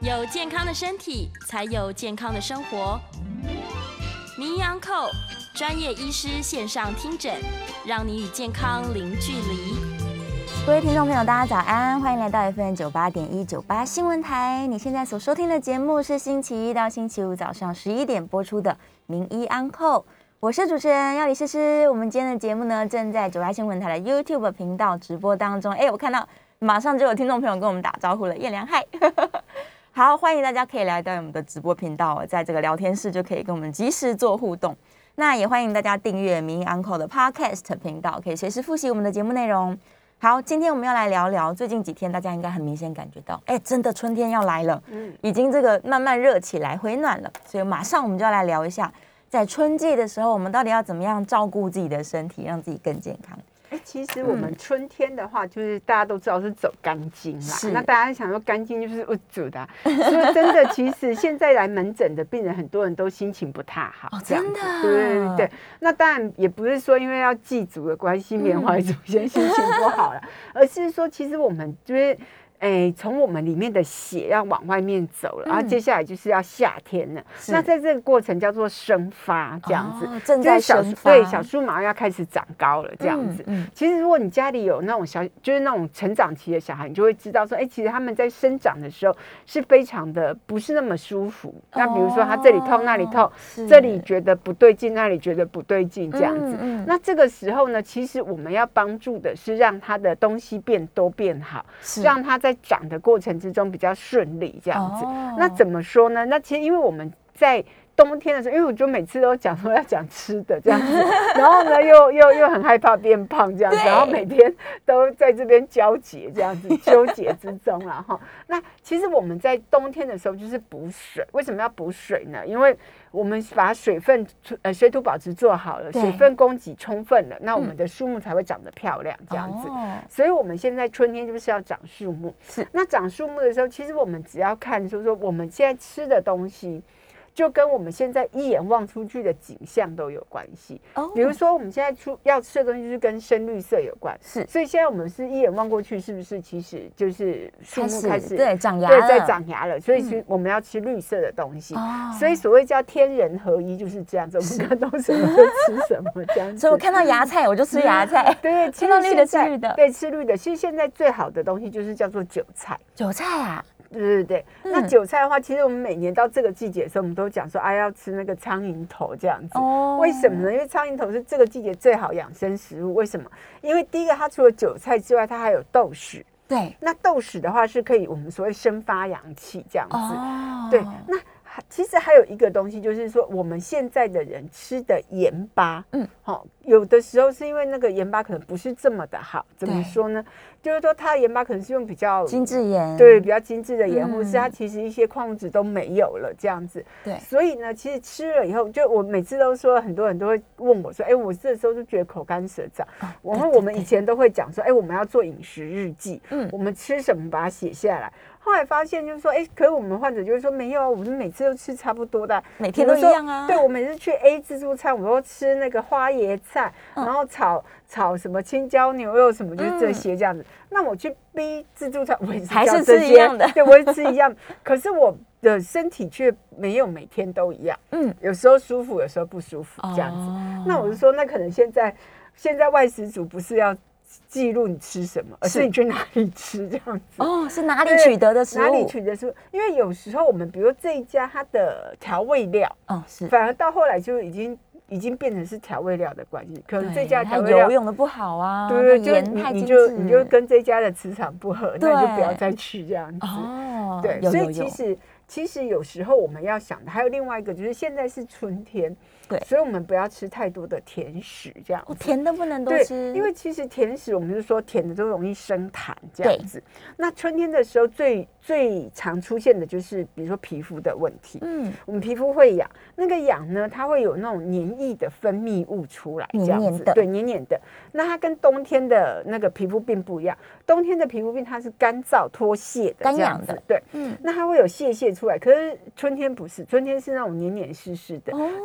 有健康的身体，才有健康的生活。名医安扣专业医师线上听诊，让你与健康零距离。 各位听众朋友，大家早安，欢迎来到 FM98.198新闻台。你现在所收听的节目是星期一到星期五早上11点播出的名医安扣，我是主持人要李诗诗。我们今天的节目呢，正在98新闻台的 YouTube 频道直播当中。我看到马上就有听众朋友跟我们打招呼了，燕良嗨。好，欢迎大家可以来到我们的直播频道，在这个聊天室就可以跟我们及时做互动。那也欢迎大家订阅名医安扣的 Podcast 频道，可以随时复习我们的节目内容。好，今天我们要来聊聊最近几天大家应该很明显感觉到，真的春天要来了，已经这个慢慢热起来，回暖了，所以马上我们就要来聊一下，在春季的时候，我们到底要怎么样照顾自己的身体，让自己更健康。 其实我们春天的话，就是大家都知道是走干净啦。那大家想说干净就是不煮的，说真的，其实现在来门诊的病人，很多人都心情不太好， 真的。 对。那当然也不是说因为要祭祖的关系，缅怀祖先心情不好了，而是说其实我们就是从我们里面的血要往外面走了，然后接下来就是要夏天了。那在这个过程叫做生发，这样子， 正在生发， 对，小树苗要开始长高了，这样子。其实如果你家里有那种就是那种成长期的小孩，你就会知道说，其实他们在生长的时候是非常的不是那么舒服。那比如说他这里痛那里痛，这里觉得不对劲，那里觉得不对劲，这样子。那这个时候呢，其实我们要帮助的是让他的东西变多变好，让他在长的过程之中比较顺利，这样子。那怎么说呢？那其实因为我们在冬天的时候，因为我就每次都讲说要讲吃的这样子，然后呢又很害怕变胖这样子，然后每天都在这边纠结这样子，纠结之中啦哈。那其实我们在冬天的时候就是补水，为什么要补水呢？因为我们把水分水土保持做好了，水分供给充分了，那我们的树木才会长得漂亮这样子。所以我们现在春天就是要长树木。那长树木的时候，其实我们只要看就是说我们现在吃的东西，就跟我们现在一眼望出去的景象都有关系。比如说我们现在要吃的东西就是跟深绿色有关，所以现在我们是一眼望过去，是不是其实就是树木开始对长芽了， 对，在长芽了，所以我们要吃绿色的东西。所以所谓叫天人合一就是这样子，我们看到什么就吃什么这样子。 所以我看到芽菜我就吃芽菜， 对， 看到绿的吃绿的， 对，吃绿的。其实现在最好的东西就是叫做韭菜。 韭菜啊。 对，那韭菜的话，其实我们每年到这个季节的时候，我们都讲说，要吃那个苍蝇头这样子。为什么呢？因为苍蝇头是这个季节最好养生食物。为什么？因为第一个，它除了韭菜之外，它还有豆豉。对，那豆豉的话是可以我们所谓生发阳气这样子。对，那其实还有一个东西，就是说我们现在的人吃的盐巴，有的时候是因为那个盐巴可能不是这么的好，怎么说呢？就是说它的盐巴可能是用比较精致盐， 对，比较精致的盐，或是它其实一些矿物质都没有了这样子。对，所以呢，其实吃了以后，就我每次都说，很多人都会问我说，我这时候就觉得口干舌燥。我们以前都会讲说，我们要做饮食日记，我们吃什么把它写下来。后来发现就是说，可是我们患者就会说没有啊，我们每次都吃差不多的， 每天都一样啊。 对，我每次去 A 自助餐，我都吃那个花椰菜，然后炒什么青椒牛肉什么，就是这些这样子。那我去 B 自助餐，我也是还是吃一样的， 对，我也吃一样。可是我的身体却没有每天都一样，有时候舒服，有时候不舒服这样子。那我就说，那可能现在外食族不是要记录你吃什么，而是你去哪里吃这样子。 是哪里取得的食物？ 哪里取得食物？因为有时候我们比如说这一家它的调味料， 是， 反而到后来就已经变成是调味料的关系，可能这家调味料油用的不好啊， 对， 盐太精致，你就跟这家的磁场不合，那你就不要再去这样子。对，所以其实有时候我们要想的还有另外一个，就是现在是春天。对，所以我们不要吃太多的甜食，这样子。 甜的不能多吃， 因为其实甜食我们就说甜的都容易生痰这样子。那春天的时候最常出现的就是比如说皮肤的问题。我们皮肤会痒，那个痒呢，它会有那种黏液的分泌物出来，这样子。对，黏黏的。那它跟冬天的那个皮肤病不一样，冬天的皮肤病它是干燥脱屑的， 干痒的。 对，那它会有屑出来，可是春天不是，春天是那种黏黏湿湿的，然后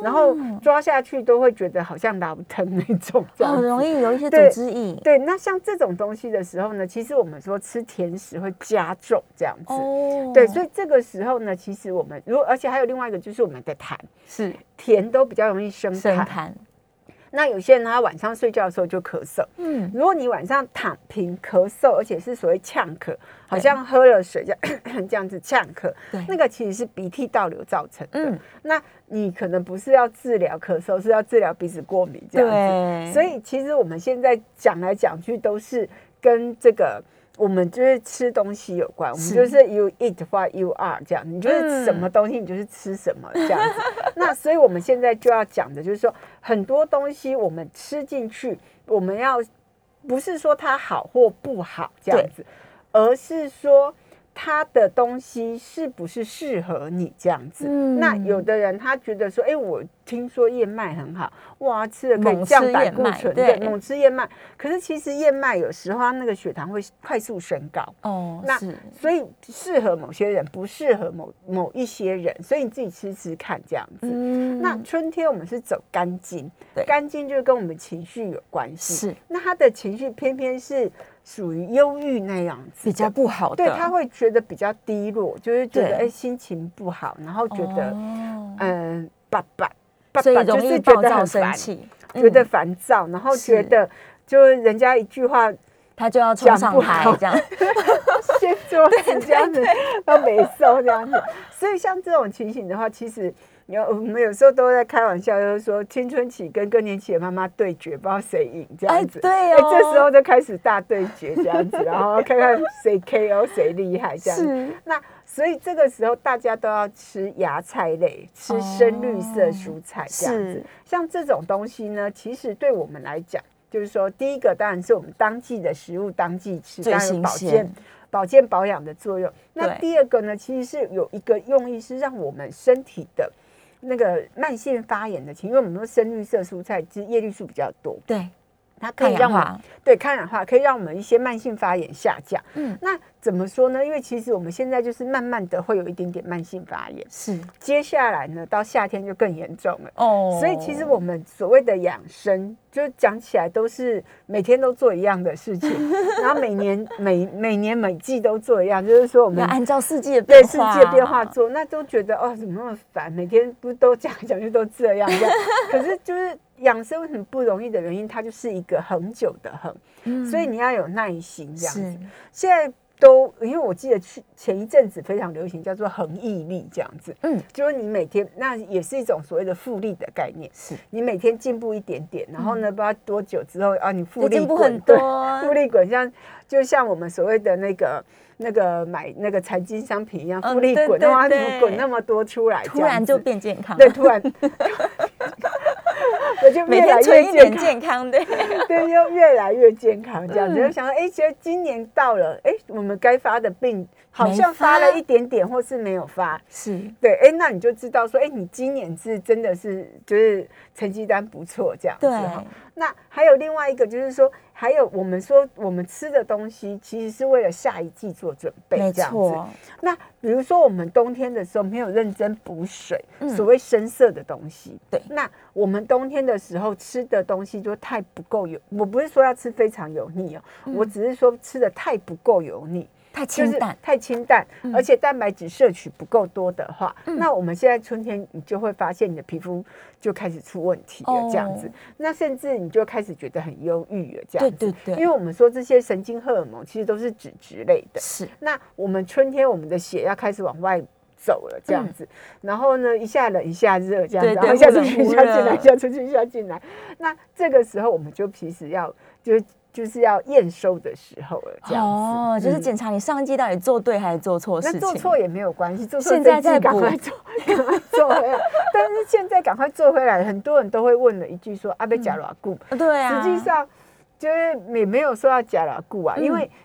抓下去都会觉得好像拉不疼那种， 很容易有一些组织液。 对，那像这种东西的时候呢，其实我们说吃甜食会加重这样子。对，所以这个时候呢，其实我们而且还有另外一个就是我们的痰， 是甜都比较容易生痰。那有些人他晚上睡觉的时候就咳嗽，如果你晚上躺平咳嗽，而且是所谓呛咳，好像喝了水这样子呛咳，那个其实是鼻涕倒流造成的。那你可能不是要治疗咳嗽，是要治疗鼻子过敏这样子。所以其实我们现在讲来讲去都是跟这个。我们就是吃东西有关，我们就是 you eat what you are 这样，你就是什么东西你就是吃什么这样子。那所以我们现在就要讲的就是说，很多东西我们吃进去，我们要不是说它好或不好这样子，而是说它的东西是不是适合你这样子。那有的人他觉得说，我听说燕麦很好，哇，吃了可以降胆固醇，对，猛吃燕麦。可是其实燕麦有时候它那个血糖会快速升高，那所以适合某些人，不适合某一些人，所以你自己吃吃看这样子。那春天我们是走肝经，肝经就是跟我们情绪有关系，是。那他的情绪偏偏是属于忧郁那样子， 比较不好的， 对，他会觉得比较低落，就是觉得心情不好，然后觉得所以容易暴躁生气， 觉得烦躁，然后觉得就是人家一句话他就要冲上台这样， 掀桌子这样子，要没收这样子。所以像这种情形的话，其实我们有时候都在开玩笑，就是说青春期跟更年期的妈妈对决，不知道谁赢这样子。 对这时候就开始大对决这样子，然后看看谁 KO 谁厉害这样子。那所以这个时候大家都要吃芽菜类，吃深绿色蔬菜这样子。像这种东西呢，其实对我们来讲，就是说第一个当然是我们当季的食物当季吃，当然有保健保养的作用。那第二个呢，其实是有一个用意是让我们身体的那个慢性发炎的情况，因为我们说深绿色蔬菜其实叶绿素比较多， 对， 它可以让我们抗氧化，可以让我们一些慢性发炎下降。那怎么说呢？因为其实我们现在就是慢慢的会有一点点慢性发炎，是接下来呢到夏天就更严重了。所以其实我们所谓的养生，就讲起来都是每天都做一样的事情，然后每年每季都做一样，就是说我们要按照四季的变化， 对四季的变化做，那都觉得怎么那么烦，每天不是都讲来讲去都这样。可是就是养生为什么不容易的原因，它就是一个恒久的恒，所以你要有耐心这样子。现在因为我记得前一阵子非常流行叫做恒毅力这样子，就是你每天，那也是一种所谓的复利的概念，是你每天进步一点点，然后呢不知道多久之后你复利滚，对，复利滚，就像我们所谓的那个买那个财经商品一样，复利滚的话怎么滚那么多出来， 突然就变健康， 对，突然我就越来越健康，对， 又越来越健康这样子。就想说，其实今年到了，我们该发的病好像发了一点点，或是没有发，是对，那你就知道说，你今年是真的是就是成绩单不错这样子。那还有另外一个就是说，还有我们说我们吃的东西其实是为了下一季做准备，这样子。那比如说我们冬天的时候没有认真补水，所谓深色的东西，对，那我们冬天的时候吃的东西就太不够油。我不是说要吃非常油腻我只是说吃的太不够油腻。 太清淡， 而且蛋白质摄取不够多的话，那我们现在春天你就会发现你的皮肤就开始出问题了，这样子。那甚至你就开始觉得很忧郁了，这样子。对，因为我们说这些神经荷尔蒙其实都是脂质类的，是。那我们春天我们的血要开始往外走了，这样子。然后呢，一下冷一下热，这样子，然后一下出去一下进来，一下出去一下进来。那这个时候我们就其实就是要验收的时候了，这样子。 就是检查你上一季到底做对还是做错事情。 那做错也没有关系，做错现在再赶快做回来。但是现在赶快做回来，很多人都会问了一句说：“阿贝假软固。” 对啊， 实际上就是也没有说要假软固啊，因为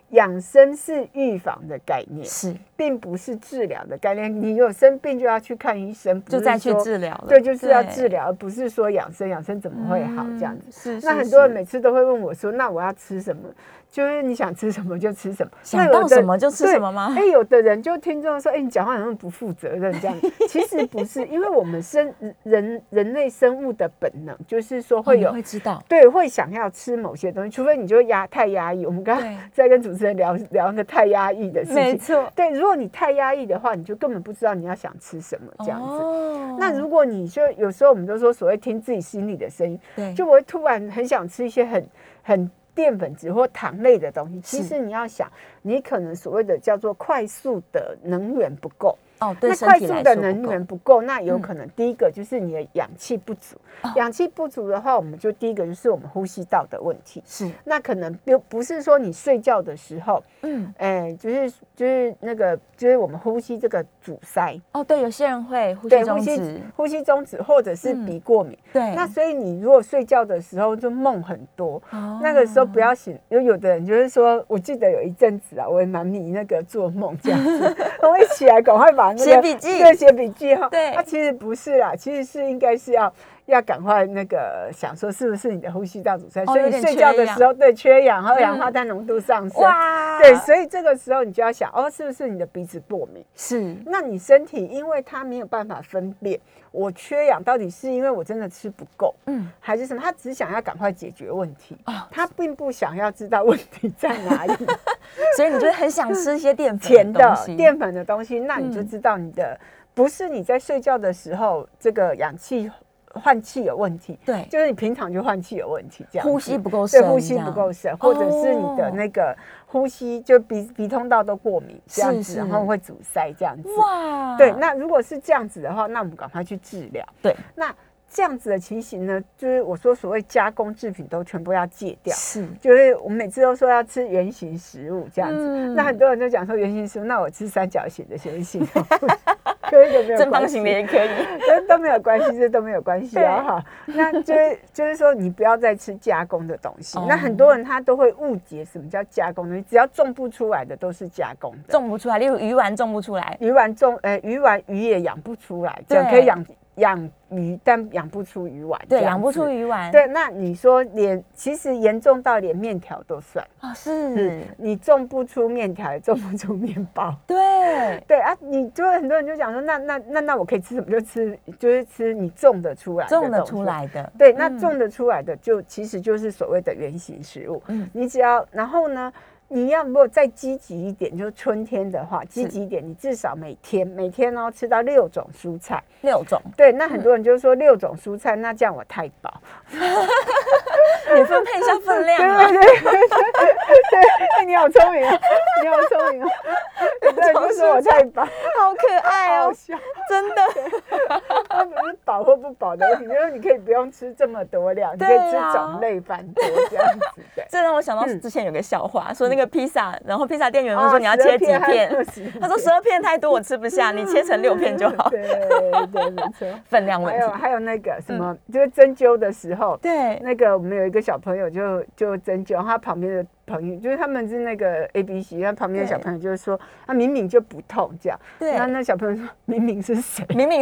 养生是预防的概念， 是， 并不是治疗的概念。你有生病就要去看医生， 就再去治疗了。 对，就是要治疗，而不是说养生，养生怎么会好这样子？那很多人每次都会问我说：“那我要吃什么？”就是你想吃什么就吃什么， 想到什么就吃什么吗？ 有的人就听众说：“你讲话好像不负责任这样。”其实不是，因为我们人类生物的本能就是说会有， 会知道， 对，会想要吃某些东西，除非你就太压抑。我们刚刚在跟主持人聊那个太压抑的事情， 没错。 对，如果你太压抑的话，你就根本不知道你要想吃什么这样子。那如果你就有时候我们都说所谓听自己心里的声音，对，就我会突然很想吃一些很淀粉质或糖类的东西，其实你要想，你可能所谓的叫做快速的能源不够。 对， 那快速的能源不够，那有可能第一个就是你的氧气不足。氧气不足的话，我们就第一个就是我们呼吸道的问题。是，那可能不是说你睡觉的时候，就是那个就是我们呼吸这个阻塞。 对，有些人会呼吸中止，或者是鼻过敏。对，那所以你如果睡觉的时候就梦很多，那个时候不要醒。有的人就是说，我记得有一阵子啊，我也蛮迷那个做梦这样子，我一起来赶快把写笔记， 对，写笔记哈。 对， 其实不是啦，其实是应该是要赶快那个想说是不是你的呼吸道阻塞，所以睡觉的时候对缺氧，二氧化碳浓度上升，对，所以这个时候你就要想是不是你的鼻子过敏？是，那你身体因为它没有办法分辨我缺氧到底是因为我真的吃不够，还是什么？他只想要赶快解决问题，他并不想要知道问题在哪里， 所以你就很想吃一些淀粉的东西，那你就知道你的不是你在睡觉的时候这个氧气换气有问题，对，就是你平常就换气有问题，这样呼吸不够深， 对，呼吸不够深，或者是你的那个呼吸就鼻通道都过敏这样子，然后会阻塞这样子。哇，对，那如果是这样子的话，那我们赶快去治疗。对，那这样子的情形呢，就是我说所谓加工制品都全部要戒掉，是，就是我们每次都说要吃原型食物这样子，那很多人就讲说原型食物，那我吃三角形的行不行？可以的，没有正方形的也可以， 都没有关系，这都没有关系啊哈。那就是说，你不要再吃加工的东西。那很多人他都会误解什么叫加工东西，只要种不出来的都是加工的， 种不出来，例如鱼丸种不出来， 鱼也养不出来，这样可以养鱼，但养不出鱼丸， 对，养不出鱼丸。 对，那你说其实严重到连面条都算是你种不出面条，也种不出面包。 对对啊，你就很多人就讲说，那我可以吃什么就吃，就是吃你种得出来的。对，那种得出来的其实就是所谓的原型食物。你只要然后呢？你要如果再积极一点，就春天的话，积极一点，你至少每天吃到6种蔬菜。 6种， 对，那很多人就说6种蔬菜，那这样我太饱。 你分配一下分量啊。 对，你好聪明啊，你好聪明啊。有的人就说我太饱， 好可爱哦，真的。 它不是饱或不饱的问题，就是你可以不用吃这么多量，你可以吃种类繁多这样子的。 这让我想到之前有个笑话，说那个披萨，然后披萨店员问说你要切几片，他说12片太多我吃不下，你切成6片就好。 对，没错， 分量问题。 还有那个什么，就是针灸的时候，对，那个我们有一个小朋友就针灸，他旁边的朋友就是他们是那个 ABC， 他旁边的小朋友就是说他明明就不痛这样，对，那小朋友说明明是谁？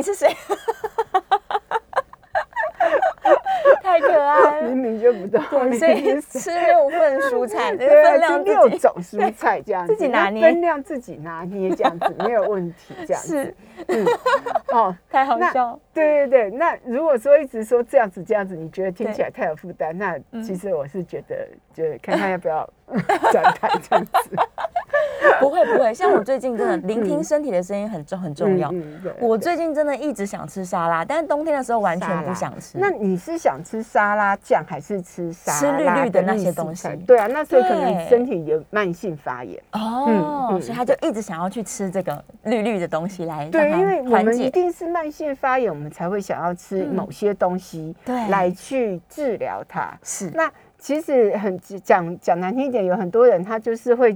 太可爱了， 明明就不痛， 所以吃6份蔬菜，分量 6种蔬菜这样子， 自己拿捏， 分量自己拿捏这样子没有问题，这样子， 太好笑。 对，那如果说一直说这样子，你觉得听起来太有负担，那其实我是觉得，就看看要不要转台这样子。 不会，像我最近真的聆听身体的声音很重要。我最近真的一直想吃沙拉，但是冬天的时候完全不想吃。 那你是想吃沙拉酱还是吃沙拉绿的那些东西？ 对啊，那所以可能身体有慢性发炎所以他就一直想要去吃这个绿的东西来对，因为我们一定是慢性发炎，我们才会想要吃某些东西来去治疗它。是那其实讲难听一点，有很多人他就是会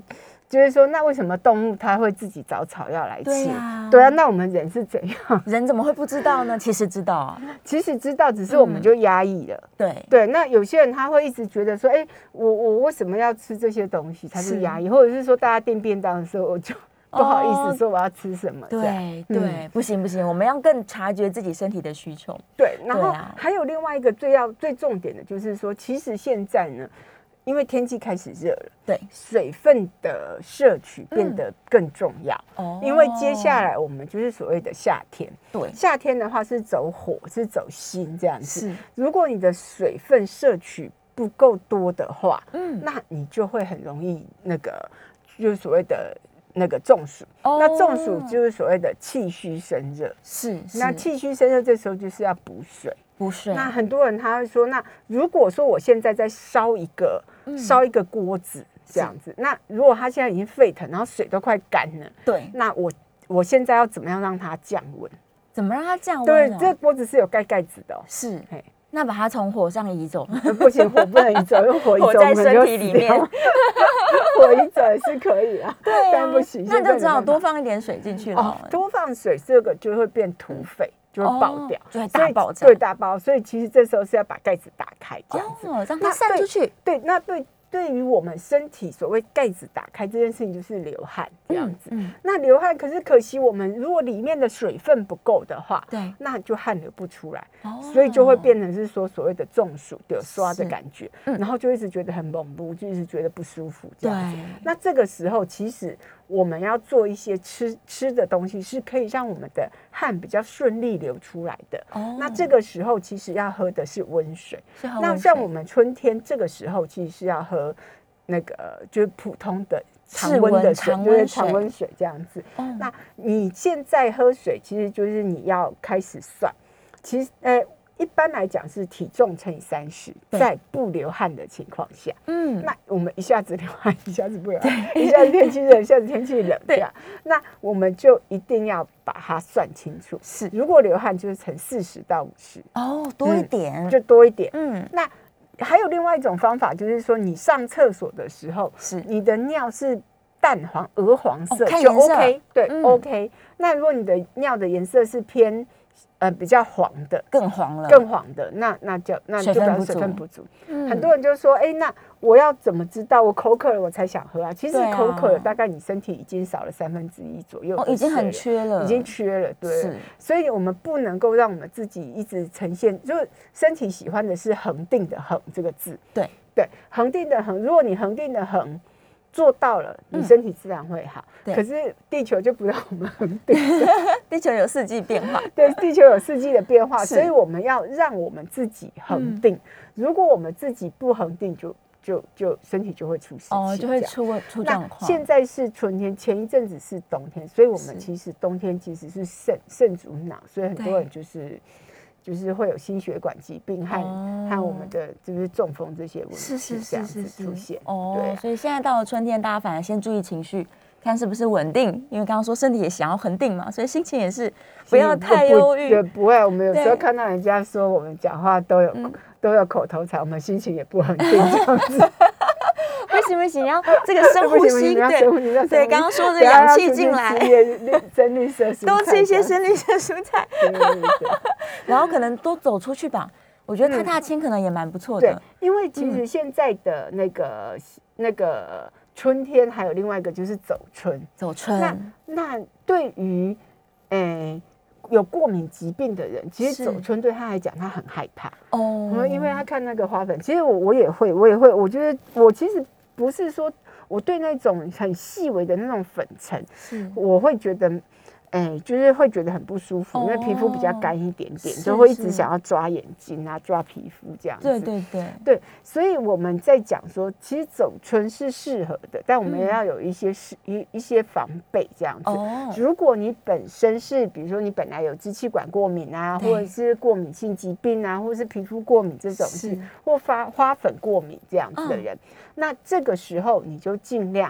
就是说，那为什么动物它会自己找草药来吃？ 对啊， 那我们人是怎样？ 人怎么会不知道呢？其实知道啊， 其实知道，只是我们就压抑了。对，那有些人他会一直觉得说，哎，我为什么要吃这些东西？他是压抑，或者是说大家订便当的时候，我就不好意思说我要吃什么。 对，不行，我们要更察觉自己身体的需求。 对，然后还有另外一个最重点的就是说，其实现在呢。因为天气开始热了， 对， 水分的摄取变得更重要。因为接下来我们就是所谓的夏天， 对， 夏天的话是走火，是走心这样子。如果你的水分摄取不够多的话，那你就会很容易就是所谓的那个中暑。那中暑就是所谓的气虚生热。那气虚生热这时候就是要补水。那很多人他会说，那如果说我现在在烧一个锅子这样子，那如果他现在已经沸腾，然后水都快干了， 对， 那我现在要怎么样让它降温？ 怎么让它降温？ 对，这锅子是有盖子的。 那把它从火上移走， 不行，火不能移走，用火移走火在身体里面， 火移走也是可以啊，但不行。 那就只好多放一点水进去了。 多放水，这个就会变土匪。就会爆掉， 就会大爆炸， 对，大爆。所以其实这时候是要把盖子打开，这样子， 让它散出去。 对，那对于我们身体所谓盖子打开这件事情，就是流汗这样子。那流汗，可惜我们如果里面的水分不够的话， 对， 那就汗流不出来，所以就会变成是说所谓的中暑、有刷的感觉，然后就一直觉得很猛不，就一直觉得不舒服这样子。那这个时候其实我们要做一些吃的东西，是可以让我们的汗比较顺利流出来的。那这个时候其实要喝的是温水。那像我们春天这个时候，其实是要喝那个就是普通的常温的水，就是常温水这样子。那你现在喝水，其实就是你要开始算，其实一般来讲是体重乘以30，在不流汗的情况下，那我们一下子流汗，一下子不流汗，一下子天气热，一下子天气冷，这样，那我们就一定要把它算清楚。如果流汗就是乘40到50， 多一点， 就多一点。那还有另外一种方法，就是说你上厕所的时候，你的尿是淡黄、鹅黄色，就 OK， 对，OK。那如果你的尿的颜色是偏比较黄的， 更黄的， 那就表示水分不足。很多人就说，那我要怎么知道我口渴了我才想喝啊？其实口渴了，大概你身体已经少了1/3左右， 已经很缺了， 已经缺了，对。所以我们不能够让我们自己一直呈现，就是身体喜欢的是恒定的恒这个字，对，恒定的恒。如果你恒定的恒做到了，你身体自然会好。可是地球就不让我们恒定， 地球有4季变化， 对，地球有4季的变化，所以我们要让我们自己恒定。如果我们自己不恒定，就身体就会出事情， 就会出状况。 现在是春天，前一阵子是冬天，所以我们其实冬天其实是肾主脑，所以很多人就是会有心血管疾病和我们的就是中风这些问题这样子出现。对， 所以现在到了春天，大家反而先注意情绪，看是不是稳定，因为刚刚说身体也想要恒定嘛，所以心情也是不要太忧郁。 不会，我们有时候看到人家说我们讲话都有口头禅，我们心情也不恒定这样子。 不行，要这个深呼吸，对，刚刚说的氧气进来， 深绿色蔬菜， 多吃一些深绿色蔬菜，然后可能多走出去吧。我觉得踏踏青可能也蛮不错的， 对，因为其实现在的那个春天，还有另外一个就是走春。那对于有过敏疾病的人，其实走春对他来讲，他很害怕因为他看那个花粉。其实我也会，我觉得我其实不是说我对那种很细微的那种粉尘，我会觉得。就是会觉得很不舒服，因为皮肤比较干一点点，就會一直想要抓眼睛啊、抓皮肤这样子。对，所以我们在讲说，其实走春是适合的，但我们也要有一些防备这样子。如果你本身是，比如说你本来有支气管过敏啊，或者是过敏性疾病啊，或者是皮肤过敏这种是，或花粉过敏这样子的人，那这个时候你就尽量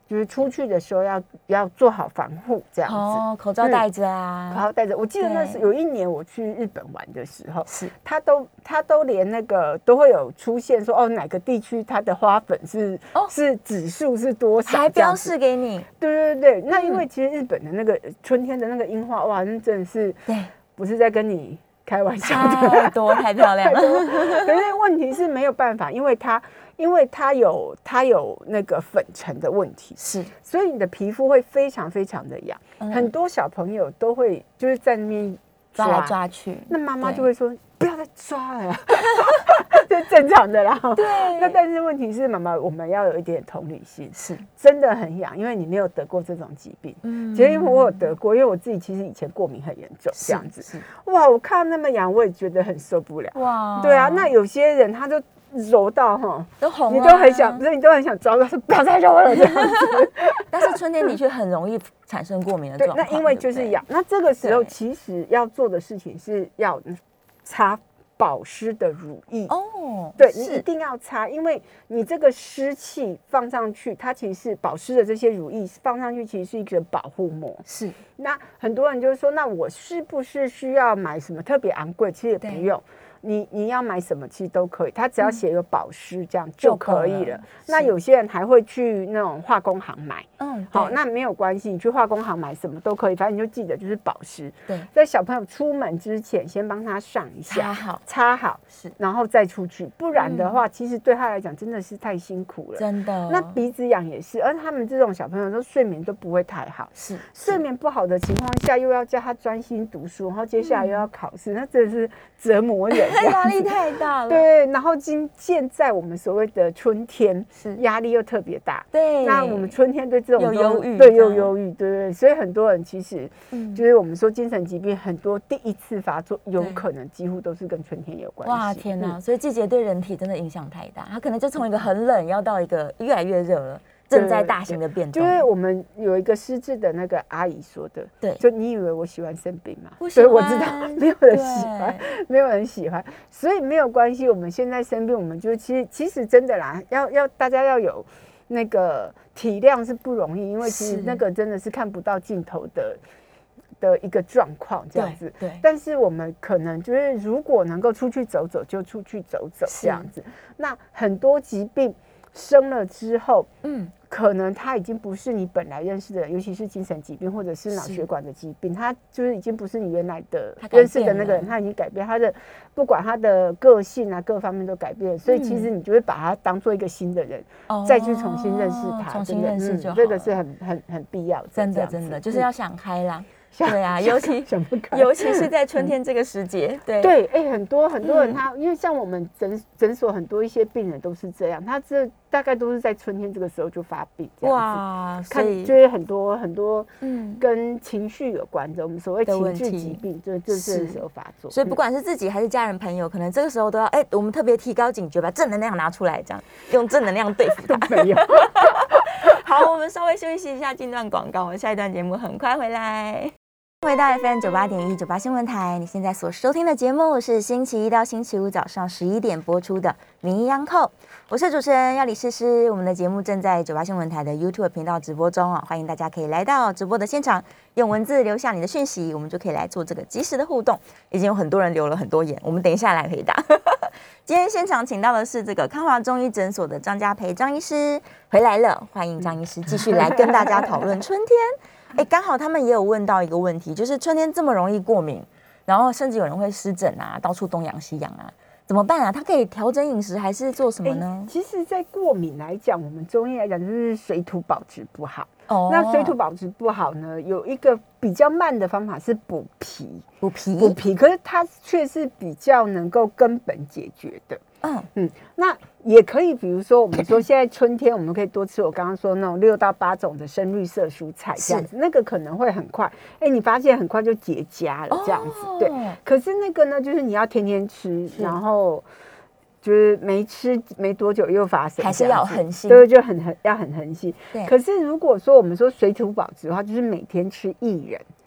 就是出去的时候要做好防护这样子。 口罩戴着啊， 口罩戴着。我记得那是有一年我去日本玩的时候， 是他都连那个都会有出现说哪个地区它的花粉是指数是多少， 还标示给你。 对对对，那因为其实日本的那个春天的那个樱花，哇，那真的是不是在跟你开玩笑的， 太漂亮了。 可是问题是没有办法，因为它有那个粉尘的问题， 是， 所以你的皮肤会非常非常的痒。很多小朋友都会就是在那边抓来抓去， 那妈妈就会说不要再抓了，这是正常的啦。对，那但是问题是，妈妈我们要有一点同理心， 是真的很痒，因为你没有得过这种疾病。其实因为我有得过，因为我自己其实以前过敏很严重，这样子。哇，我看到那么痒，我也觉得很受不了。哇，对啊，那有些人他就揉到都红了， 你都很想，不是你都很想抓，说不要再揉了这样子。 但是春天的确很容易产生过敏的状况。 那因为就是痒，那这个时候其实要做的事情是要擦保湿的乳液对，你一定要擦，因为你这个湿气放上去，它其实是保湿的这些乳液放上去，其实是一个保护膜。 是， 那很多人就说，那我是不是需要买什么特别昂贵？其实也不用。你要买什么其实都可以，它只要写有保湿这样就可以了。那有些人还会去那种化工行买，好，那没有关系，你去化工行买什么都可以，反正你就记得就是保湿。对，在小朋友出门之前，先帮他上一下，擦好，是，然后再出去，不然的话，其实对他来讲真的是太辛苦了，真的。那鼻子痒也是，而他们这种小朋友都睡眠都不会太好，是睡眠不好的情况下，又要叫他专心读书，然后接下来又要考试，那真的是折磨人。 压力太大了， 对。然后现在我们所谓的春天，是压力又特别大，对。那我们春天对这种又忧郁， 对，又忧郁，对。所以很多人其实，就是我们说精神疾病，很多第一次发作，有可能几乎都是跟春天有关系。 哇，天哪！所以季节对人体真的影响太大，它可能就从一个很冷，要到一个越来越热了。正在大型的变动， 就是我们有一个失智的那个阿姨说的，对，就你以为我喜欢生病吗？ 所以我知道没有人喜欢，没有人喜欢，所以没有关系。我们现在生病，我们就其实真的啦，要大家要有那个体谅是不容易，因为其实那个真的是看不到尽头的一个状况这样子。对，但是我们可能就是如果能够出去走走，就出去走走这样子。那很多疾病生了之后，可能他已经不是你本来认识的人，尤其是精神疾病或者是脑血管的疾病，他就是已经不是你原来的认识的那个人，他已经改变他的，不管他的个性啊各方面都改变，所以其实你就会把他当做一个新的人，再去重新认识他， 重新认识就好， 这个是很必要的， 真的就是要想开啦。对啊，尤其是在春天这个时节， 对，很多人他，因为像我们诊所很多一些病人都是这样，他这大概都是在春天这个时候就发病，哇，所以就是很多跟情绪有关的，我们所谓情绪疾病，就是这时候发作。 所以不管是自己还是家人朋友，可能这个时候都要我们特别提高警觉，把正能量拿出来，这样用正能量对付它。 没有。 好，我们稍微休息一下，进段广告，我们下一段节目很快回来。回到 FM98.1 98新闻台，你现在所收听的节目是星期一到星期五早上11点播出的《名医央叩》，我是主持人要李诗诗。我们的节目正在98新闻台的 YouTube 频道直播中欢迎大家可以来到直播的现场，用文字留下你的讯息，我们就可以来做这个即时的互动。已经有很多人留了很多言，我们等一下来回答。今天现场请到的是这个康华中医诊所的张家培张医师回来了，欢迎张医师继续来跟大家讨论春天。刚好他们也有问到一个问题，就是春天这么容易过敏，然后甚至有人会湿疹啊，到处东痒西痒啊，怎么办啊？他可以调整饮食还是做什么呢？ 其实，在过敏来讲，我们中医来讲就是水土保持不好。那水土保持不好呢，有一个比较慢的方法是补脾，可是它却是比较能够根本解决的。那也可以，比如说我们说现在春天，我们可以多吃我刚刚说那种6到8种的深绿色蔬菜，这样子，那个可能会很快，你发现很快就结痂了，这样子，对。可是那个呢，就是你要天天吃，然后就是没吃没多久又发生， 还是要恒心， 对，就要很恒心。可是如果说我们说水土保持的话，就是每天吃薏仁。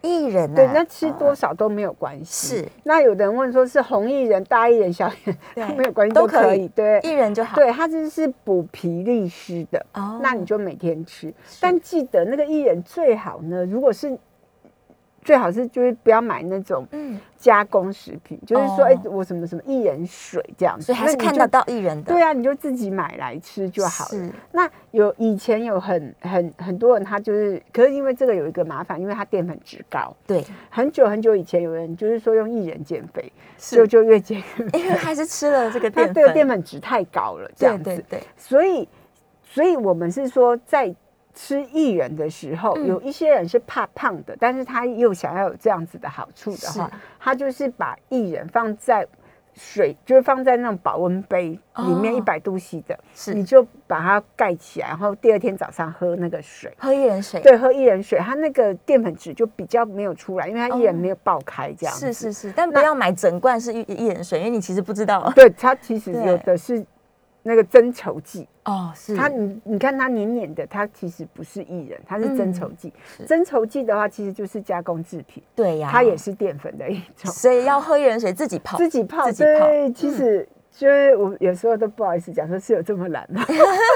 薏仁啊， 对，那吃多少都没有关系。 是， 那有的人问说是红薏仁、大薏仁、小薏仁都没有关系，都可以。对， 薏仁就好。 对，它这是补脾利湿的，那你就每天吃。但记得那个薏仁最好呢，如果是最好是就是不要买那种加工食品，就是说我什么什么薏仁水这样子， 所以还是看得到薏仁的。 对啊，你就自己买来吃就好了。那以前有很多人他就是，可是因为这个有一个麻烦，因为它淀粉质高。对，很久以前有人就是说用薏仁减肥，就越减越肥， 因为还是吃了这个淀粉， 它这个淀粉质太高了，这样子。对，所以我们是说在吃薏仁的时候，有一些人是怕胖的，但是他又想要有这样子的好处的话，他就是把薏仁放在水，就是放在那种保温杯里面100度C的，你就把它盖起来，然后第二天早上喝那个水， 喝薏仁水， 对，喝薏仁水，它那个淀粉质就比较没有出来，因为它薏仁没有爆开这样子。 是，但不要买整罐是薏仁水，因为你其实不知道。 对，它其实有的是那个增稠剂。 是它你看它黏黏的，它其实不是薏仁，它是增稠剂。增稠剂的话，其实就是加工制品。对呀，它也是淀粉的一种。 所以要喝薏仁水自己泡。 对，其实就是我有时候都不好意思讲说是有这么难吗？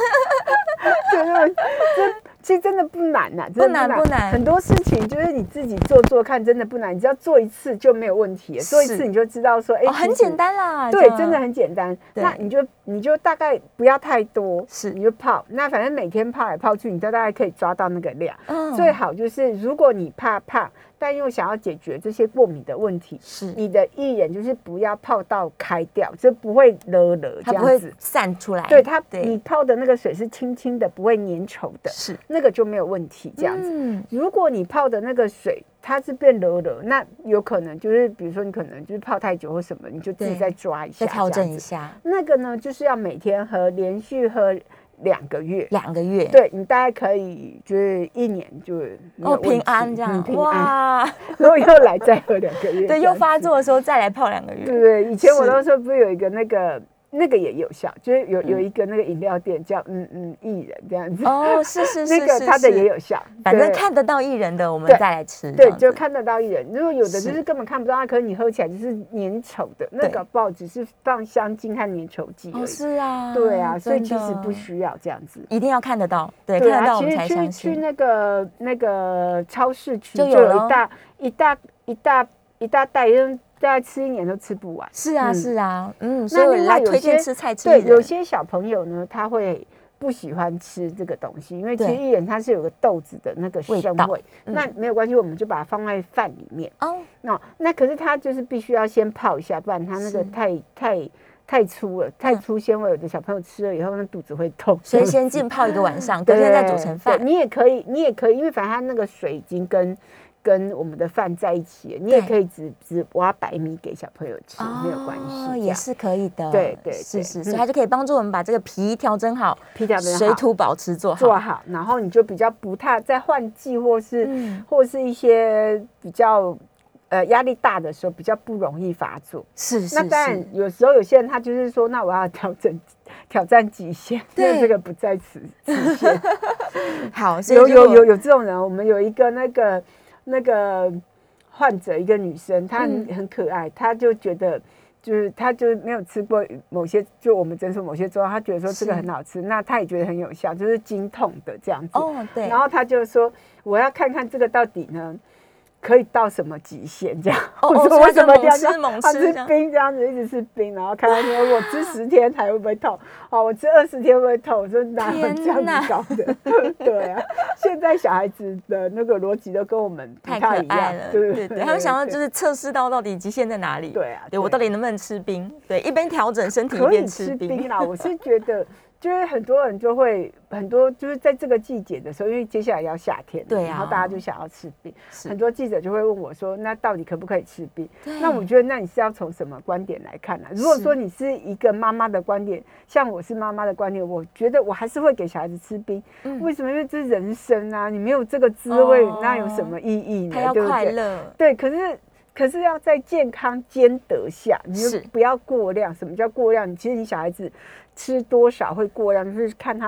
其实真的不难呐， 不难。 很多事情就是你自己做看，真的不难。你只要做一次就没有问题，做一次你就知道说， 很简单啦。 对，真的很简单。那你就大概不要太多，你就泡。那反正每天泡来泡去，你都大概可以抓到那个量。最好就是如果你怕胖，但又想要解决这些过敏的问题，你的薏仁就是不要泡到开掉，就不会勒这样子， 它不会散出来。 对，你泡的那个水是清清的，不会粘稠的，那个就没有问题。这样子，如果你泡的那个水它是变勒，那有可能就是比如说你可能就是泡太久或什么，你就自己再抓一下， 再调整一下。 那个呢，就是要每天喝，连续喝2个月，对，你大概可以就是1年就平安这样， 平安。然后又来再喝2个月， 对，又发作的时候再来泡2个月。 对，以前我那时候不是有一个那个也有效，就是有一个那个饮料店叫薏仁这样子。 是那个它的也有效。 反正看得到薏仁的，我们再来吃。 对，就看得到薏仁。如果有的就是根本看不到它，可是你喝起来就是粘稠的，那个报纸是放香精和粘稠剂而已。 是啊，对啊，所以其实不需要这样子， 一定要看得到。对，看得到我们才相信。 去那个超市区就有一大袋。大概吃1年都吃不完。是啊， 所以来推荐吃菜吃。 对，有些小朋友呢，他会不喜欢吃这个东西，因为其实薏仁它是有个豆子的那个香味。那没有关系，我们就把它放在饭里面。那可是它就是必须要先泡一下，不然它那个太粗了，太粗纤维，有的小朋友吃了以后那肚子会痛。 所以先浸泡1个晚上，隔天再煮成饭。 你也可以，因为反正它那个水已经跟我们的饭在一起，你也可以只挖白米给小朋友吃，没有关系， 也是可以的。 对， 是，所以它就可以帮助我们把这个皮调整好，水土保持做好， 然后你就比较不太在换季或是一些比较压力大的时候比较不容易发作。是。那当然有时候有些人他就是说，那我要挑战极限，因为这个不在此限。 好， 有这种人，我们有一个那个患者，一个女生，她很可爱，她就觉得就是她就没有吃过某些，就我们诊所某些中药，她觉得说这个很好吃，那她也觉得很有效，就是经痛的这样子。对。然后她就说，我要看看这个到底呢可以到什么极限这样。我说为什么要这样？他吃冰这样子，一直吃冰，然后看他说我吃10天还会不会痛？我吃20天会不会痛？我说哪有这样子搞的？对啊，现在小孩子的那个逻辑都跟我们不太一样了。对， 他们想要就是测试到底极限在哪里。对啊，我到底能不能吃冰？对，一边调整身体一边吃冰啦。我是觉得。就是很多人就会就是在这个季节的时候，因为接下来要夏天，然后大家就想要吃冰，很多记者就会问我说，那到底可不可以吃冰？那我觉得那你是要从什么观点来看呢？如果说你是一个妈妈的观点，像我是妈妈的观点，我觉得我还是会给小孩子吃冰。为什么？因为这是人生啊，你没有这个滋味，那有什么意义呢？ 他要快乐。 对，可是要在健康兼得下，你就不要过量。什么叫过量？其实你小孩子吃多少会过量，就是看他的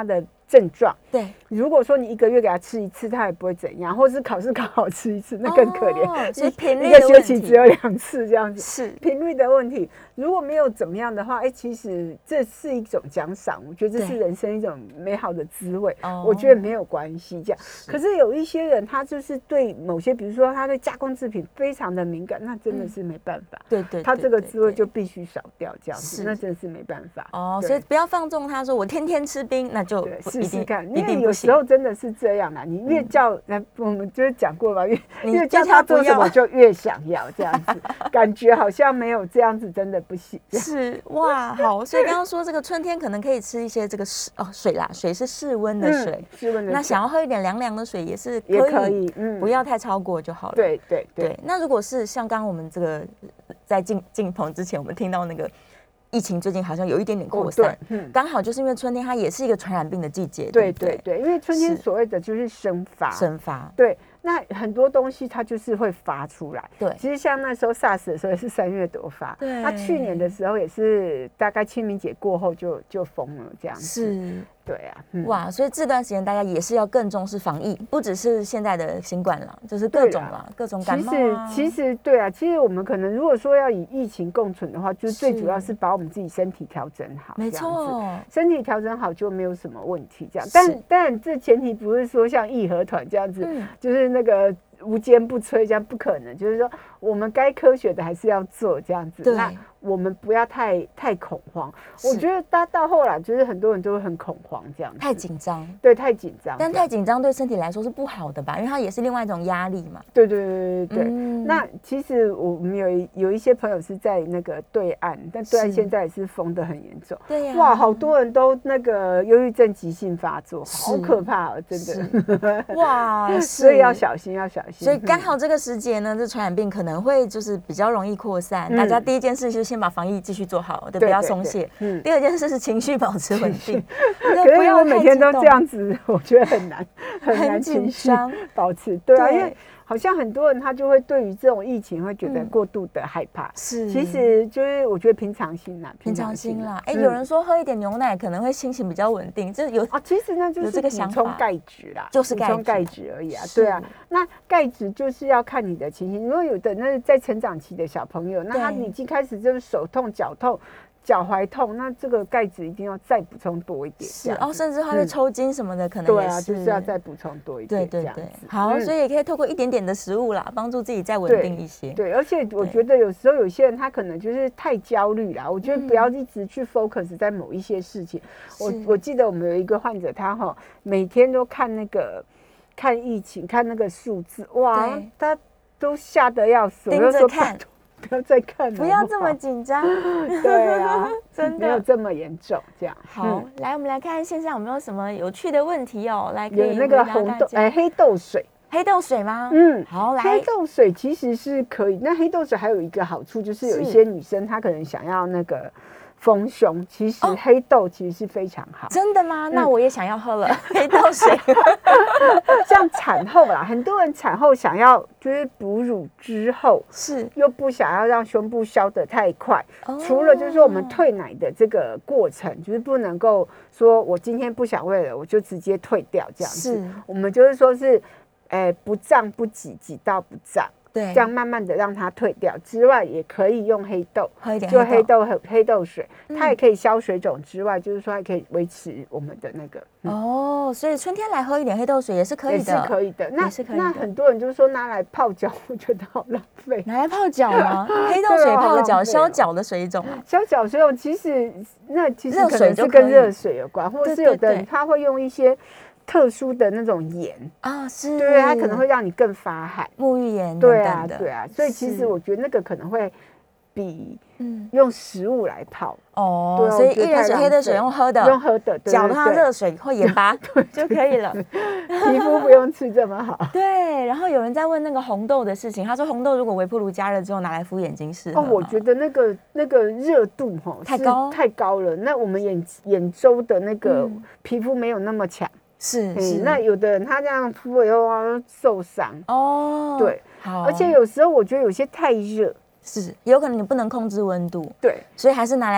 症状。 对， 如果说你1个月给他吃1次，他也不会怎样，或是考试刚好吃1次，那更可怜。 所以频率一个学期只有2次这样子， 是频率的问题。如果没有怎么样的话，其实这是一种奖赏，我觉得这是人生一种美好的滋味。我觉得没有关系这样。可是有一些人，他就是对某些，比如说他对加工制品非常的敏感，那真的是没办法。 对对， 他这个滋味就必须少掉这样子，那真的是没办法。 所以不要放纵他说我天天吃冰，那就试试看。因为有时候真的是这样啦，你越叫，我们就是讲过嘛，越叫他做什么就越想要这样子，感觉好像没有这样子真的不行。 是哇，好，所以刚刚说这个春天可能可以吃一些这个水啦，水是室温的水， 室温的水。 那想要喝一点凉凉的水也是可以，不要太超过就好了。 对对对。 那如果是像刚刚我们这个在进棚之前，我们听到那个。疫情最近好像有一点点扩散，刚好就是因为春天它也是一个传染病的季节， 对对对，因为春天所谓的就是生发，对，那很多东西它就是会发出来，对，其实像那时候 SARS 的时候也是3月多发，对，那去年的时候也是大概清明节过后就封了这样子，是。对啊， 哇，所以这段时间大家也是要更重视防疫，不只是现在的新冠了，就是各种啦，各种感冒啊。 其实对啊，其实我们可能如果说要以疫情共存的话，就是最主要是把我们自己身体调整好， 没错， 身体调整好就没有什么问题这样。但这前提不是说像义和团这样子，就是那个无坚不摧这样，不可能。就是说我们该科学的还是要做这样子。那我们不要太恐慌。我觉得到后来就是很多人都会很恐慌这样子， 太紧张， 对，太紧张。 但太紧张对身体来说是不好的吧？因为它也是另外一种压力嘛。 对。那其实我们有一些朋友是在那个对岸，但对岸现在也是封得很严重。对呀，哇，好多人都那个忧郁症急性发作，好可怕哦，真的。哇，所以要小心，要小心。 所以刚好这个时节呢，这传染病可能会就是比较容易扩散。大家第一件事就是先把防疫继续做好，对，不要松懈。第二件事是情绪保持稳定。 可是我每天都这样子，我觉得很难情绪保持。对啊，因为好像很多人他就会对于这种疫情会觉得过度的害怕。是，其实就是我觉得平常心啦， 平常心啦。有人说喝一点牛奶可能会心情比较稳定，这有啊，其实那就是补充钙质啦， 就是补充钙质而已啊。对啊，那钙质就是要看你的情形。如果有的那在成长期的小朋友，那他已经开始就是手痛、脚痛。脚踝痛，那这个钙质一定要再补充多一点。 是哦，甚至他会抽筋什么的，可能也是。 对啊，就是要再补充多一点。对。 好，所以也可以透过一点点的食物啦，帮助自己再稳定一些。 对，而且我觉得有时候有些人他可能就是太焦虑啦，我觉得不要一直去 focus 在某一些事情。我记得我们有一个患者，他每天都看疫情，看那个数字，哇，他都吓得要死， 盯着看。 不要再看了， 不要这么紧张。 对啊，真的没有这么严重。这样好，来我们来看线上有没有什么有趣的问题哦。来， 有那个黑豆水， 黑豆水吗？好，来， 黑豆水其实是可以。那黑豆水还有一个好处，就是有一些女生她可能想要那个丰胸，其实黑豆其实是非常好。 真的吗？那我也想要喝了黑豆水。 像产后啦，很多人产后想要就是哺乳之后，又不想要让胸部消得太快。除了就是说我们退奶的这个过程，就是不能够说我今天不想喂了，我就直接退掉这样子。我们就是说是，不胀不挤，挤到不胀。对，这样慢慢的让它退掉之外，也可以用黑豆， 喝一点黑豆水，它也可以消水肿之外，就是说还可以维持我们的那个所以春天来喝一点黑豆水也是可以的， 也是可以的。那很多人就说拿来泡脚，我觉得好浪费。 拿来泡脚吗？黑豆水泡脚消脚的水肿啊？ 消脚水肿其实可能是跟热水有关，或者是有的人他会用一些特殊的那种盐啊，是，对，它可能会让你更发汗， 沐浴盐等等的，对啊，所以其实我觉得那个可能会比用食物来泡所以薏仁水、黑豆水用喝的，搅它热水或盐巴就可以了， 皮肤不用吃这么好。 对，然后有人在问那个红豆的事情，他说红豆如果微波炉加热之后拿来敷眼睛适合吗？ 我觉得那个热度太高了，那我们眼周的那个皮肤没有那么强。是，那有的人他这样敷了以后受伤对，好，而且有时候我觉得有些太热， 是有可能你不能控制温度， 对， 所以还是拿来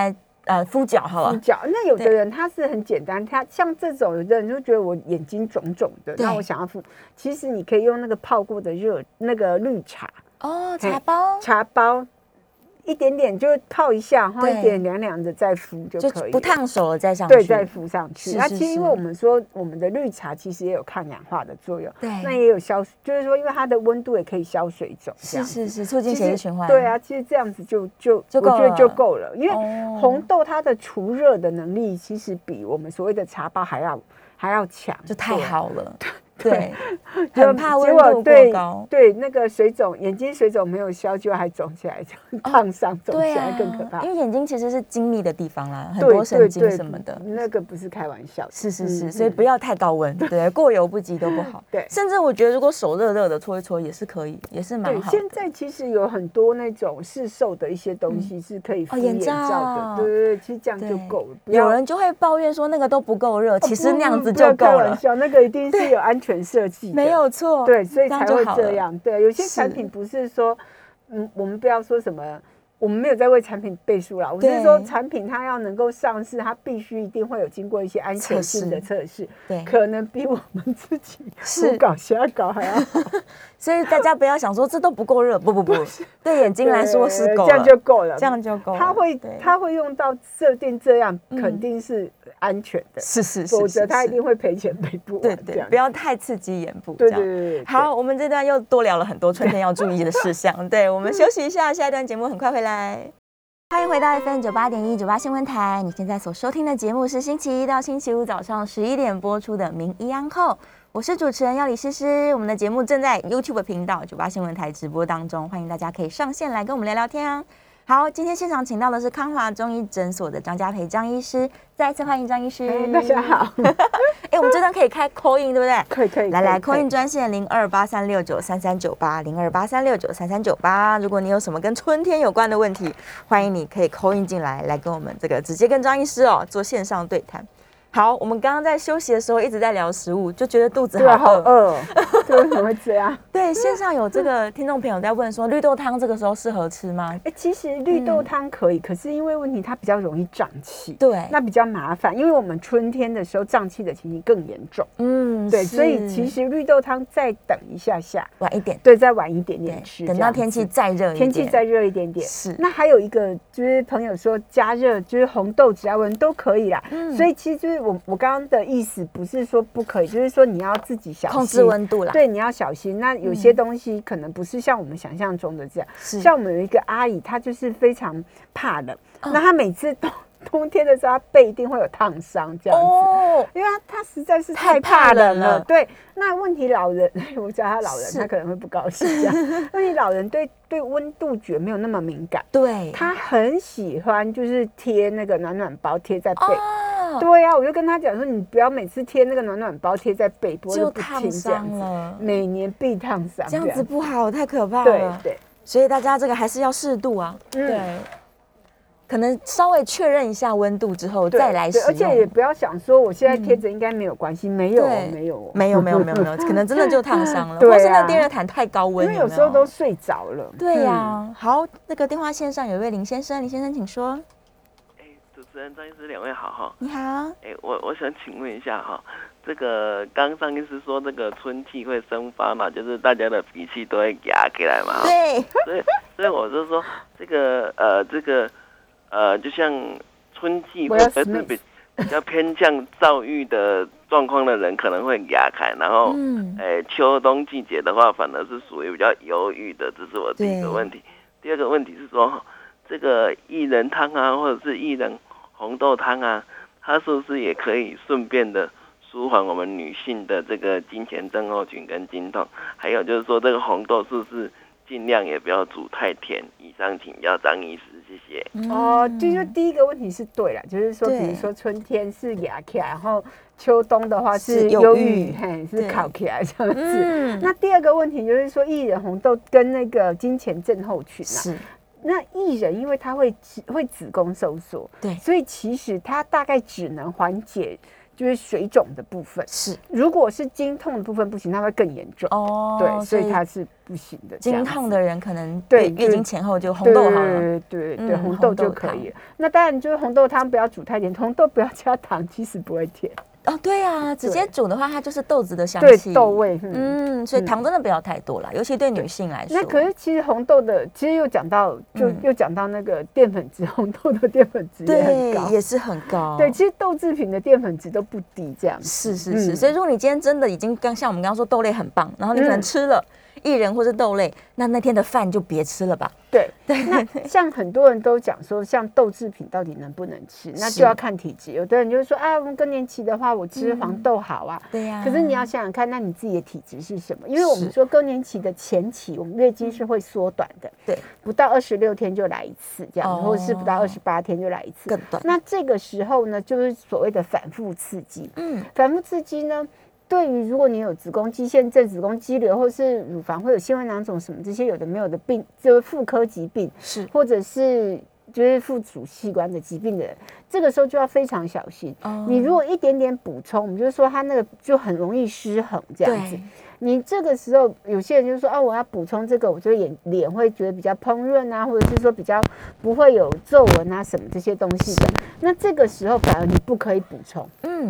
敷脚好了。 敷脚，那有的人他是很简单，他像这种有的人就觉得我眼睛肿肿的，那我想要敷，其实你可以用那个泡过的那个绿茶茶包。一点点就泡一下，然后一点凉凉的再敷就可以， 不烫手了再上去， 对，再敷上去。那其实因为我们说我们的绿茶其实也有抗氧化的作用， 对， 那也有就是说因为它的温度也可以消水肿， 是促进血液循环。 对啊，其实这样子就我觉得就够了，因为红豆它的除热的能力其实比我们所谓的茶包还要强， 就太好了。对， 很怕温度过高。 对，那个眼睛水肿没有消，就还肿起来，就烫伤，肿起来更可怕。 因为眼睛其实是精密的地方啦，很多神经什么的， 那个不是开玩笑。 是，所以不要太高温，对，过犹不及都不好。 对， 甚至我觉得如果手热热的搓一搓也是可以，也是蛮好的。 现在其实有很多那种市售的一些东西是可以敷眼罩的，对，其实这样就够了。 有人就会抱怨说那个都不够热，其实那样子就够了。 开玩笑，那个一定是有安全设计的。 没有错， 对，所以才会这样。对，有些产品不是说，我们不要说什么，我们没有在为产品背书啦。我是说，产品它要能够上市，它必须一定会有经过一些安全性的测试，对，可能比我们自己胡搞瞎搞还要好。 所以大家不要想说这都不够热，不，对眼睛来说是够了， 这样就够了， 这样就够了。 它会用到设定这样，肯定是安全的， 是， 否则它一定会赔钱赔不完。 对，不要太刺激眼部。 对。 好，我们这段又多聊了很多春天要注意的事项。对，我们休息一下，下一段节目很快回来。欢迎回到 FM98.1 98新闻台，你现在所收听的节目是星期一到星期五早上11点播出的《名医安后》，我是主持人要李诗诗。我们的节目正在 YouTube 频道98新闻台直播当中，欢迎大家可以上线来跟我们聊聊天啊。好，今天现场请到的是康华中医诊所的张家培张医师，再一次欢迎张医师。 大家好。 我们这段可以开 call in 对不对？ 可以。 来 call in 专线0283693398 0283693398。如果你有什么跟春天有关的问题，欢迎你可以 call in 进来，来跟我们这个直接跟张医师做线上对谈。好，我们刚刚在休息的时候一直在聊食物，就觉得肚子好饿。 对，为什么会这样？ 对，线上有这个听众朋友在问说，绿豆汤这个时候适合吃吗？ 其实绿豆汤可以，可是因为问题它比较容易胀气， 对， 那比较麻烦，因为我们春天的时候胀气的情形更严重。对，所以其实绿豆汤再等一下， 晚一点， 对，再晚一点点吃， 等到天气再热一点点。是。那还有一个就是朋友说加热，就是红豆只要温都可以啦。所以其实就是我刚刚的意思不是说不可以，就是说你要自己小心控制温度啦。 对，你要小心。那有些东西可能不是像我们想象中的这样。像我们有一个阿姨，她就是非常怕冷，那她每次冬天的时候，她背一定会有烫伤这样子，因为她实在是太怕冷了。对，那问题老人，我叫她老人，她可能会不高兴这样。问题老人对温度觉没有那么敏感， 对， 他很喜欢就是贴那个暖暖包贴在背。对啊，我就跟他讲说，你不要每次贴那个暖暖包贴在背部就烫伤了， 每年必烫伤， 这样子不好，太可怕了。 对， 所以大家这个还是要适度啊。对，可能稍微确认一下温度之后再来使用， 而且也不要想说我现在贴着应该没有关系，没有， 可能真的就烫伤了，或是那电热毯太高温， 因为有时候都睡着了。 对呀，好，那个电话线上有一位林先生，林先生请说。 主持人张医师两位好哈， 你好。 我想请问一下哈，这个刚张医师说这个春气会生发嘛，就是大家的脾气都会压起来嘛。 对。 所以我就说这个就像春季或者是比较偏向躁郁的状况的人可能会压开，然后秋冬季节的话反而是属于比较忧郁的，这是我第一个问题。第二个问题是说这个薏仁汤啊，或者是薏仁红豆汤啊，它是不是也可以顺便的舒缓我们女性的这个经前症候群跟经痛？还有就是说，这个红豆是不是尽量也不要煮太甜？以上请教张医师，谢谢。 就是第一个问题是对了，就是说，比如说春天是压起来，然后秋冬的话是忧郁，是烤起来这样子。那第二个问题就是说，薏仁红豆跟那个经前症候群啊。那薏仁因为它会子宫收缩，对，所以其实它大概只能缓解就是水肿的部分。 是， 如果是经痛的部分不行，它会更严重。对，所以它是不行的。 经痛的人可能对月经前后就红豆好了。 对，红豆就可以了。那当然就是红豆汤不要煮太甜，红豆不要加糖，其实不会甜。 对啊，直接煮的话，它就是豆子的香气， 对，豆味。 所以糖真的不要太多啦，尤其对女性来说。 那可是其实红豆的，其实又讲到那个淀粉质，红豆的淀粉质也很高， 也是很高。 对，其实豆制品的淀粉质都不低，这样子。 是。所以如果你今天真的已经像我们刚刚说豆类很棒，然后你可能吃了薏仁或是豆类，那天的饭就别吃了吧。 对，那像很多人都讲说，像豆制品到底能不能吃，那就要看体质。有的人就说我们更年期的话，我吃黄豆好啊。 对呀。 可是你要想想看，那你自己的体质是什么？因为我们说更年期的前期，我们月经是会缩短的，对，不到26天就来一次这样，或者是不到28天就来一次， 更短。 那这个时候呢，就是所谓的反复刺激。反复刺激呢，对于如果你有子宫肌腺症、子宫肌瘤，或是乳房会有纤维囊肿什么这些有的没有的病，就是妇科疾病，是或者是就是附属器官的疾病的人，这个时候就要非常小心。你如果一点点补充，我们就是说它那个就很容易失衡这样子。你这个时候有些人就说我要补充这个，我就脸会觉得比较蓬润啊，或者是说比较不会有皱纹啊什么这些东西的。那这个时候反而你不可以补充。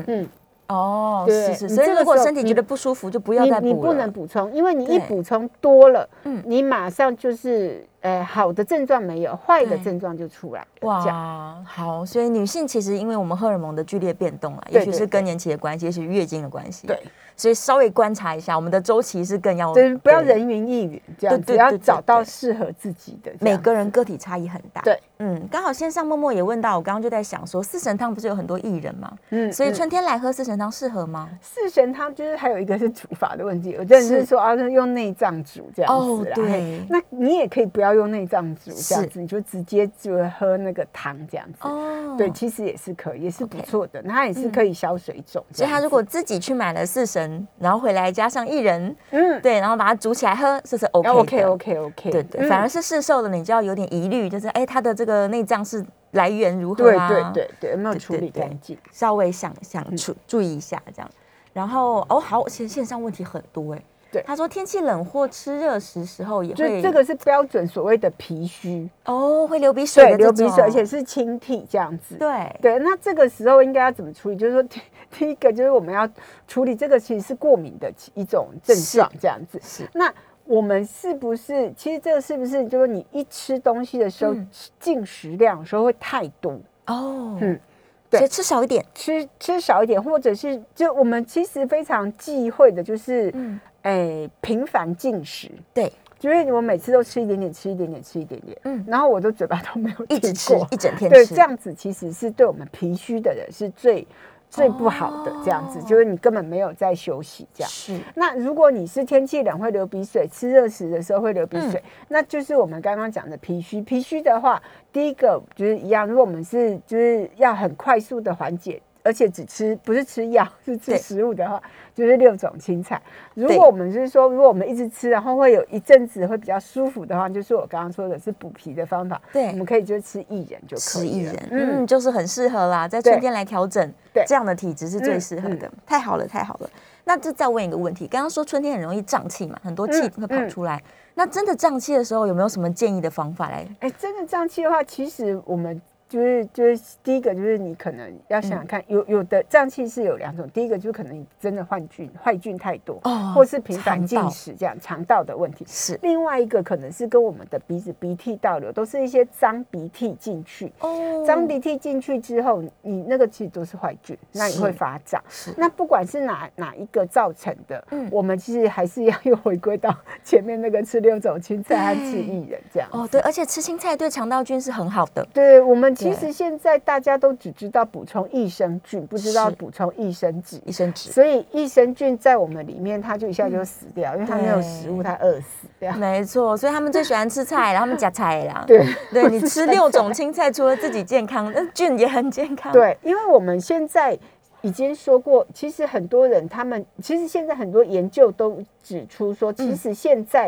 是，所以如果身体觉得不舒服，就不要再补了。 你不能补充，因为你一补充多了，你马上就是好的症状没有，坏的症状就出来。 哇，好，所以女性其实因为我们荷尔蒙的剧烈变动也许是更年期的关系，也许月经的关系，对，所以稍微观察一下，我们的周期是更要对，不要人云亦云这样子，要找到适合自己的。 每个人个体差异很大， 对， 刚好线上默默也问到，我刚刚就在想说，四神汤不是有很多薏仁吗？所以春天来喝四神汤适合吗？ 四神汤就是还有一个是煮法的问题，有的人是说用内脏煮这样子啦，对，那你也可以不要用内脏煮这样子，你就直接就喝那个汤这样子，对，其实也是可以，也是不错的，它也是可以消水肿。 所以他如果自己去买了四神，然后回来加上薏仁，对，然后把它煮起来喝，这是 OK 的。 OK， 对，反而是市售的你就要有点疑虑，就是它的这个内脏是来源如何啊？ 对，有没有处理干净？ 稍微想注意一下这样。然后好，其实线上问题很多对，他说天气冷或吃热食时候也会， 这个是标准所谓的脾虚会流鼻水的这种， 流鼻水，而且是清涕这样子。 对， 那这个时候应该要怎么处理？就是说第一个就是我们要处理这个其实是过敏的一种症状这样子。是，那我们是不是其实这个是不是就是你一吃东西的时候进食量有时候会太多所以吃少一点， 吃少一点，或者是就我们其实非常忌讳的就是频繁进食。对，就是我每次都吃一点点，然后我的嘴巴都没有一直吃一整天吃， 对，这样子其实是对我们脾虚的人是最不好的，这样子就是你根本没有在休息这样。是，那如果你是天气冷会流鼻水，吃热食的时候会流鼻水，那就是我们刚刚讲的脾虚。脾虚的话，第一个就是一样，如果我们是就是要很快速的缓解，而且不是吃药，是吃食物的话，就是6种青菜。如果我们是说，如果我们一直吃，然后会有一阵子会比较舒服的话，就是我刚刚说的是补脾的方法。对，我们可以就吃薏仁就可以了。 吃薏仁，就是很适合啦，在春天来调整，这样的体质是最适合的。太好了。那就再问一个问题，刚刚说春天很容易胀气嘛，很多气会跑出来。那真的胀气的时候，有没有什么建议的方法来？ 真的胀气的话，其实我们就是第一个就是你可能要想想看，有的胀气是有2种，第一个就是可能你真的坏菌太多，或是频繁进食这样肠道的问题。是，另外一个可能是跟我们的鼻子鼻涕倒流，都是一些脏鼻涕进去。脏鼻涕进去之后，你那个其实都是坏菌，那你会发胀。那不管是哪一个造成的，我们其实还是要又回归到前面那个吃6种青菜和吃薏仁这样。 对，而且吃青菜对肠道菌是很好的。 对，我们其实现在大家都只知道补充益生菌，不知道补充益生质。所以益生菌在我们里面，它就一下就死掉，因为它没有食物，它饿死掉。 没错，所以他们最喜欢吃菜，然后他们夹菜啦。对，你吃6种青菜，除了自己健康，那菌也很健康。 对，因为我们现在已经说过，其实很多人其实现在很多研究都指出说，其实现在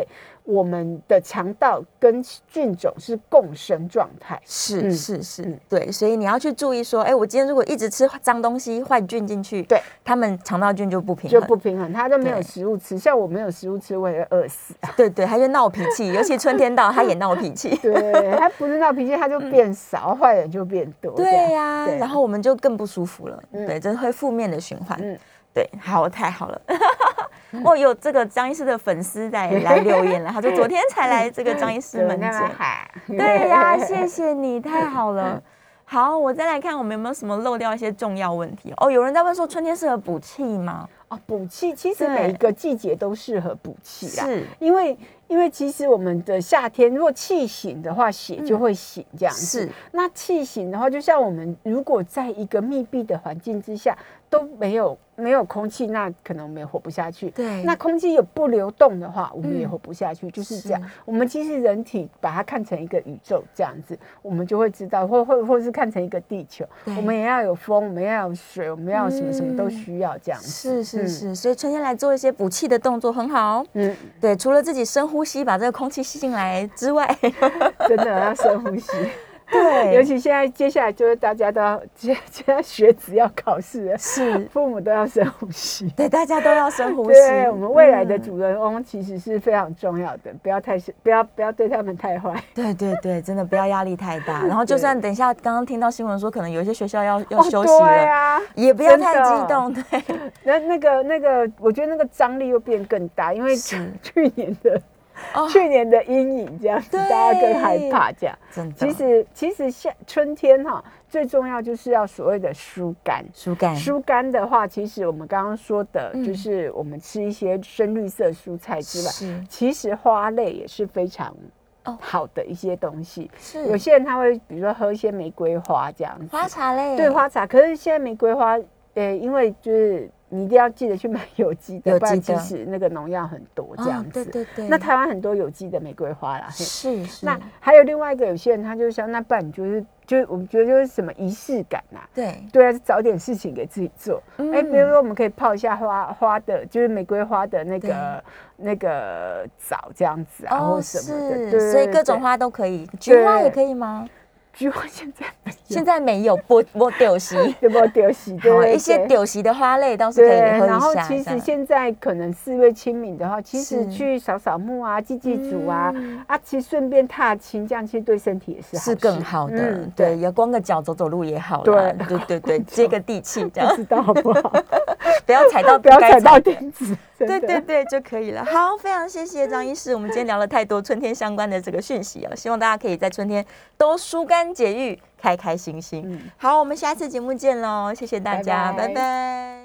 我们的肠道跟菌种是共生状态。 是，对，所以你要去注意说，我今天如果一直吃脏东西、坏菌进去，对，他们肠道菌就不平衡， 他就没有食物吃。像我没有食物吃，我也会饿死。 对，他就闹脾气，尤其春天到，他也闹脾气。 对，他不是闹脾气，他就变少，坏人就变多。 对呀，然后我们就更不舒服了。对，这会负面的循环。对，好，太好了。有这个张医师的粉丝来留言了，他说昨天才来这个张医师门诊。对呀，谢谢你，太好了。好，我再来看我们有没有什么漏掉一些重要问题。有人在问说春天适合补气吗？ 补气其实每一个季节都适合补气啦，因为其实我们的夏天如果气醒的话，血就会醒这样子。那气醒的话，就像我们如果在一个密闭的环境之下都没有空气，那可能我们也活不下去。对，那空气有不流动的话，我们也活不下去，就是这样。我们其实人体把它看成一个宇宙这样子，我们就会知道，或是看成一个地球，我们也要有风，我们要有水，我们要什么什么都需要这样子。 是，所以春天来做一些补气的动作很好。对，除了自己深呼吸把这个空气吸进来之外， 真的要深呼吸。对，尤其接下来就是大家都要，现在学子要考试了，父母都要深呼吸。 对，大家都要深呼吸。 对，我们未来的主人翁其实是非常重要的，不要对他们太坏。 对，真的不要压力太大。然后就算等一下刚刚听到新闻说，可能有一些学校要休息了， 对啊， 也不要太激动。对， 那个，我觉得那个张力又变更大，因为去年的阴影这样子，大家更害怕这样。其实春天最重要就是要所谓的疏肝。疏肝的话，其实我们刚刚说的，就是我们吃一些深绿色蔬菜之外，其实花类也是非常好的一些东西。有些人他会比如说喝一些玫瑰花这样子， 花茶类。 对，花茶。可是现在玫瑰花，因为就是你一定要记得去买有机的，不然其实那个农药很多这样子。对。那台湾很多有机的玫瑰花啦。是。那还有另外一个，有些人他就想，那不然你就是我们觉得就是什么仪式感啊。对啊，找点事情给自己做。比如说我们可以泡一下花的，就是玫瑰花的那个澡这样子啊，或什么的。对， 所以各种花都可以，菊花也可以吗？ 菊花现在没有，不丢席， 不丢席，对， 一些丢席的花类倒是可以喝一下。 然后其实现在可能4月清明的话，其实去扫墓啊、祭祖啊，其实顺便踏青，这样其实对身体也是好， 是更好的。对，也光个脚走走路也好了。对，接个地气这样， 不知道好不好？ 不要踩到钉子。 对就可以了。好，非常谢谢张医师，我们今天聊了太多春天相关的这个讯息希望大家可以在春天都疏肝解郁，开开心心。好，我们下次节目见喽，谢谢大家，拜拜。